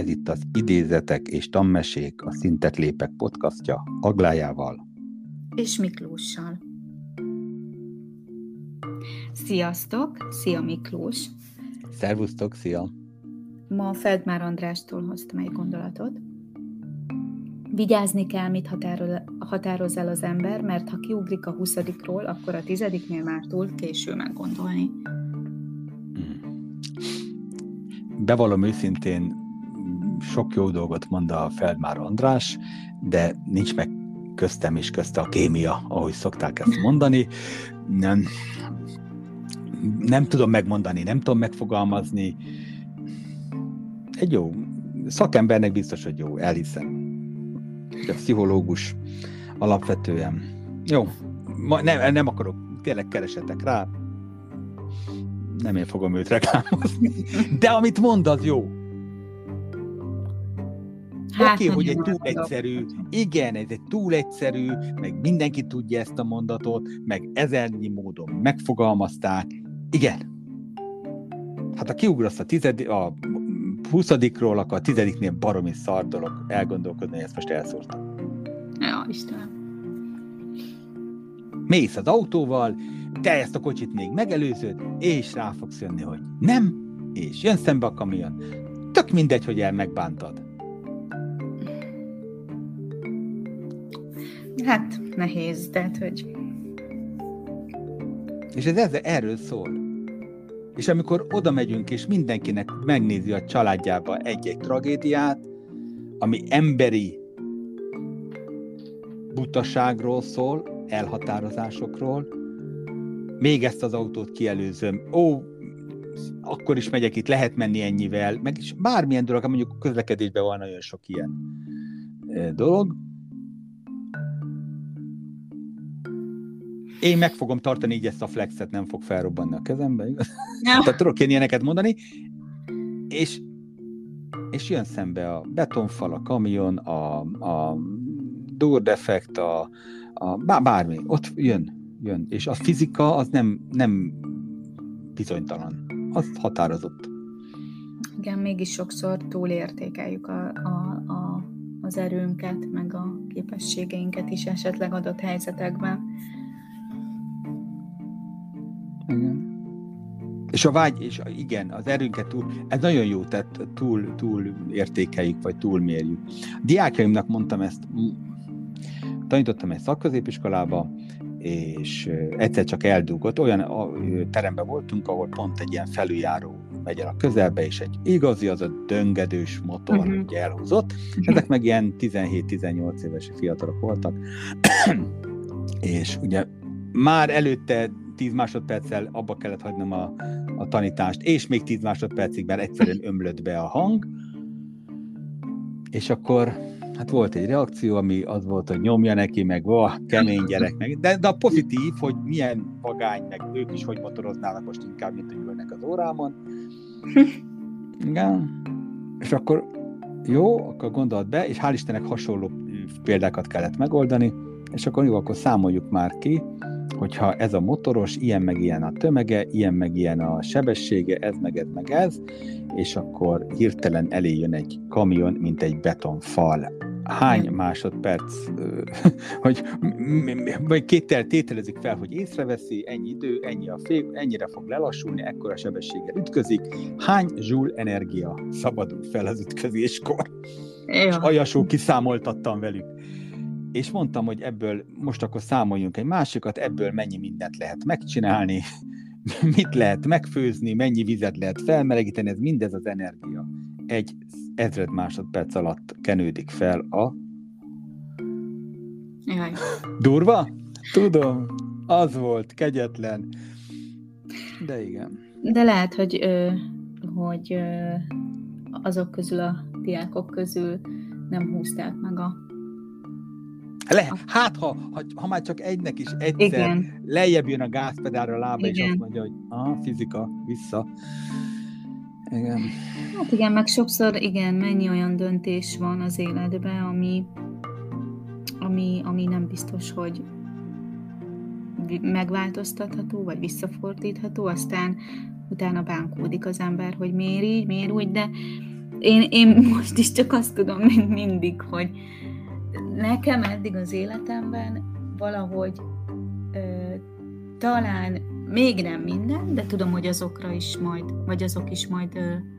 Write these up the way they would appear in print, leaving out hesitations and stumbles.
Ez itt az Idézetek és Tanmesék, a Szintet lépek podcastja Aglájával és Miklóssal. Sziasztok! Szia Miklós! Szervusztok, szia! Ma Feldmár Andrástól hoztam egy gondolatot. Vigyázni kell, mit határoz el az ember, mert ha kiugrik a 20-ról, akkor a 10-nél már túl késő meggondolni. Bevallom őszintén, sok jó dolgot mond a Feldmár András, de nincs meg köztem és közte a kémia, ahogy szokták ezt mondani. Nem tudom megmondani, nem tudom megfogalmazni. Egy jó szakembernek biztos, hogy jó, elhiszem. De pszichológus alapvetően. Jó, nem akarok, tényleg keresetek rá. Nem én fogom őt reklámozni. De amit mond, az jó. Oké, hogy egy túl egyszerű, igen, ez egy túl egyszerű, meg mindenki tudja ezt a mondatot, meg ezernyi módon megfogalmazták. Igen. Hát ha kiugrasz a 20-ról, akkor a 10-nél baromi szar dolog elgondolkodni, hogy ezt most elszórtam. Ja, Istenem. Mész az autóval, te ezt a kocsit még megelőzöd, és rá fogsz jönni, hogy nem, és jön szembe a kamion. Tök mindegy, hogy megbántad. Hát, nehéz, de hogy... És ez erről szól. És amikor oda megyünk, és mindenkinek megnézi a családjába egy-egy tragédiát, ami emberi butaságról szól, elhatározásokról, még ezt az autót kielőzöm, akkor is megyek, itt lehet menni ennyivel, meg is bármilyen dolog, mondjuk a közlekedésben van nagyon sok ilyen dolog. Én meg fogom tartani így ezt a flexet, nem fog felrobbanni a kezembe, igaz? Ja. Tehát tudok én ilyeneket mondani, és jön szembe a betonfal, a kamion, a dúrdefekt, bármi, ott jön. És a fizika az nem bizonytalan, az határozott. Igen, mégis sokszor túlértékeljük az erőnket, meg a képességeinket is esetleg adott helyzetekben. Igen. És a vágy, és igen, az erőnket ez nagyon jó, tehát túl értékeljük, vagy túlmérjük. A diákjaimnak mondtam ezt, tanítottam egy szakközépiskolába, és egyszer csak eldugott, olyan teremben voltunk, ahol pont egy ilyen felüljáró megy el a közelbe, és egy igazi, az a döngedős motor ugye elhúzott. Ezek meg ilyen 17-18 éves fiatalok voltak, és ugye már előtte 10 másodperccel abba kellett hagynom a tanítást, és még 10 másodpercig, mert egyszerűen ömlött be a hang, és akkor hát volt egy reakció, ami az volt, hogy nyomja neki, meg kemény gyerek, meg, de a pozitív, hogy milyen vagány, meg ők is hogy motoroznának most inkább, mint hogy ülnek az órámon. Igen. És akkor jó, akkor gondolt be, és hál' Istennek hasonló példákat kellett megoldani, és akkor jó, akkor számoljuk már ki, hogyha ez a motoros, ilyen meg ilyen a tömege, ilyen meg ilyen a sebessége, ez meg ez, és akkor hirtelen elé jön egy kamion, mint egy betonfal. Hány másodperc, vagy tételezik fel, hogy észreveszi, ennyi idő, ennyi a fék, ennyire fog lelassulni, ekkora sebességgel ütközik, hány joule energia szabadul fel az ütközéskor. És aljasul kiszámoltattam velük. És mondtam, hogy ebből most akkor számoljunk egy másikat, ebből mennyi mindent lehet megcsinálni, mit lehet megfőzni, mennyi vizet lehet felmelegíteni, ez mindez az energia. 1000 másodperc alatt kenődik fel a... Jaj. Durva? Tudom, az volt, kegyetlen. De igen. De lehet, hogy azok közül a diákok közül nem húzták meg Hát, ha már csak egynek is egyszer lejjebb jön a gázpedálra a lába, és azt mondja, hogy fizika, vissza. Igen. Hát igen, meg sokszor mennyi olyan döntés van az életben, ami nem biztos, hogy megváltoztatható, vagy visszafordítható, aztán utána bánkódik az ember, hogy miért így, miért úgy, de én most is csak azt tudom, mint mindig, hogy nekem eddig az életemben valahogy talán még nem minden, de tudom, hogy azokra is majd, vagy azok is majd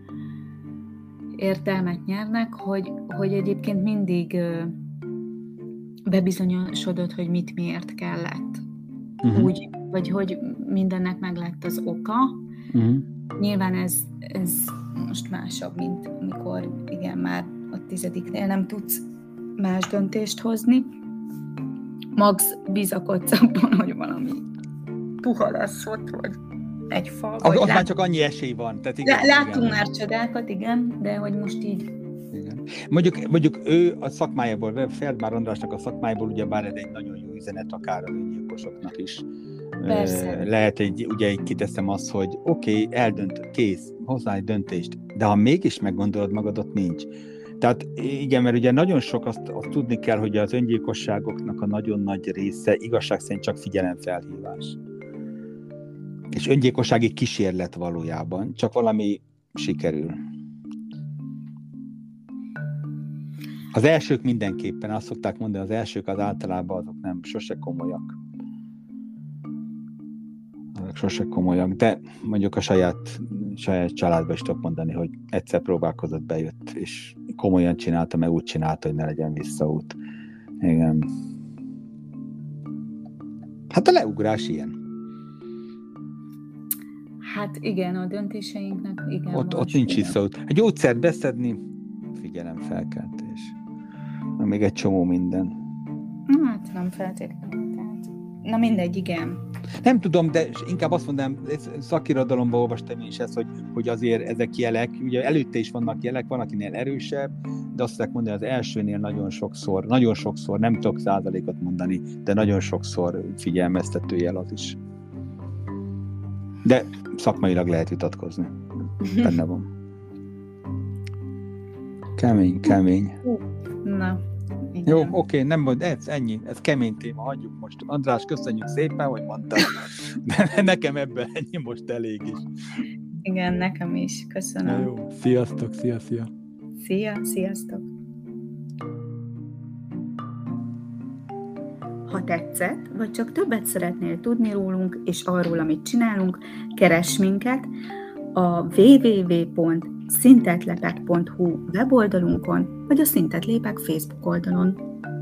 értelmet nyernek, hogy egyébként mindig bebizonyosodott, hogy mit miért kellett. Úgy, vagy hogy mindennek meg lett az oka. Nyilván ez most másabb, mint amikor igen, már a 10-nél nem tudsz más döntést hozni. Max bizakodsz abban, hogy valami puha lesz ott, vagy egy fal. Ott már csak annyi esély van. Tehát igen, láttunk már csodákat, igen, de hogy most így... Igen. Mondjuk ő a szakmájából, Feldmár Andrásnak a szakmájából, ugyebár ez egy nagyon jó üzenet akár az öngyilkosoknak is. Persze. Lehet ugye így kiteszem azt, hogy oké, eldönt, kész, hozzá egy döntést, de ha mégis meggondolod magad, ott nincs. Tehát igen, mert ugye nagyon sok azt tudni kell, hogy az öngyilkosságoknak a nagyon nagy része igazság szerint csak figyelemfelhívás. És öngyilkossági kísérlet valójában, csak valami sikerül. Az elsők mindenképpen, azt szokták mondani, az elsők az általában azok nem sose komolyak. Azok sose komolyak, de mondjuk a saját családban is tudok mondani, hogy egyszer próbálkozott, bejött, és komolyan csinálta, meg úgy csinálta, hogy ne legyen visszaút. Igen. Hát a leugrás ilyen. Hát igen, a döntéseinknek igen. Ott nincs visszaút. A gyógyszert beszedni, figyelemfelkeltés. Még egy csomó minden. Hát nem feltétlenül. Na mindegy, igen. Nem tudom, de inkább azt mondanám, szakirodalomban olvastam is ezt, hogy azért ezek jelek, ugye előtte is vannak jelek, van akinél erősebb, de azt szokták mondani, az elsőnél nagyon sokszor, nem tudok százalékot mondani, de nagyon sokszor figyelmeztető jel az is. De szakmailag lehet vitatkozni. Benne van. Kemény. Na, igen. Jó, oké, nem mond, ennyi, ez kemény téma, hagyjuk most. András, köszönjük szépen, hogy mondtad. De nekem ebből ennyi most elég is. Igen, nekem is, köszönöm. Na jó, sziasztok, szia. Sziasztok. Ha tetszett, vagy csak többet szeretnél tudni rólunk és arról, amit csinálunk, keress minket a www.szintetlepek.hu weboldalunkon, vagy a Szintet Lépek Facebook oldalon.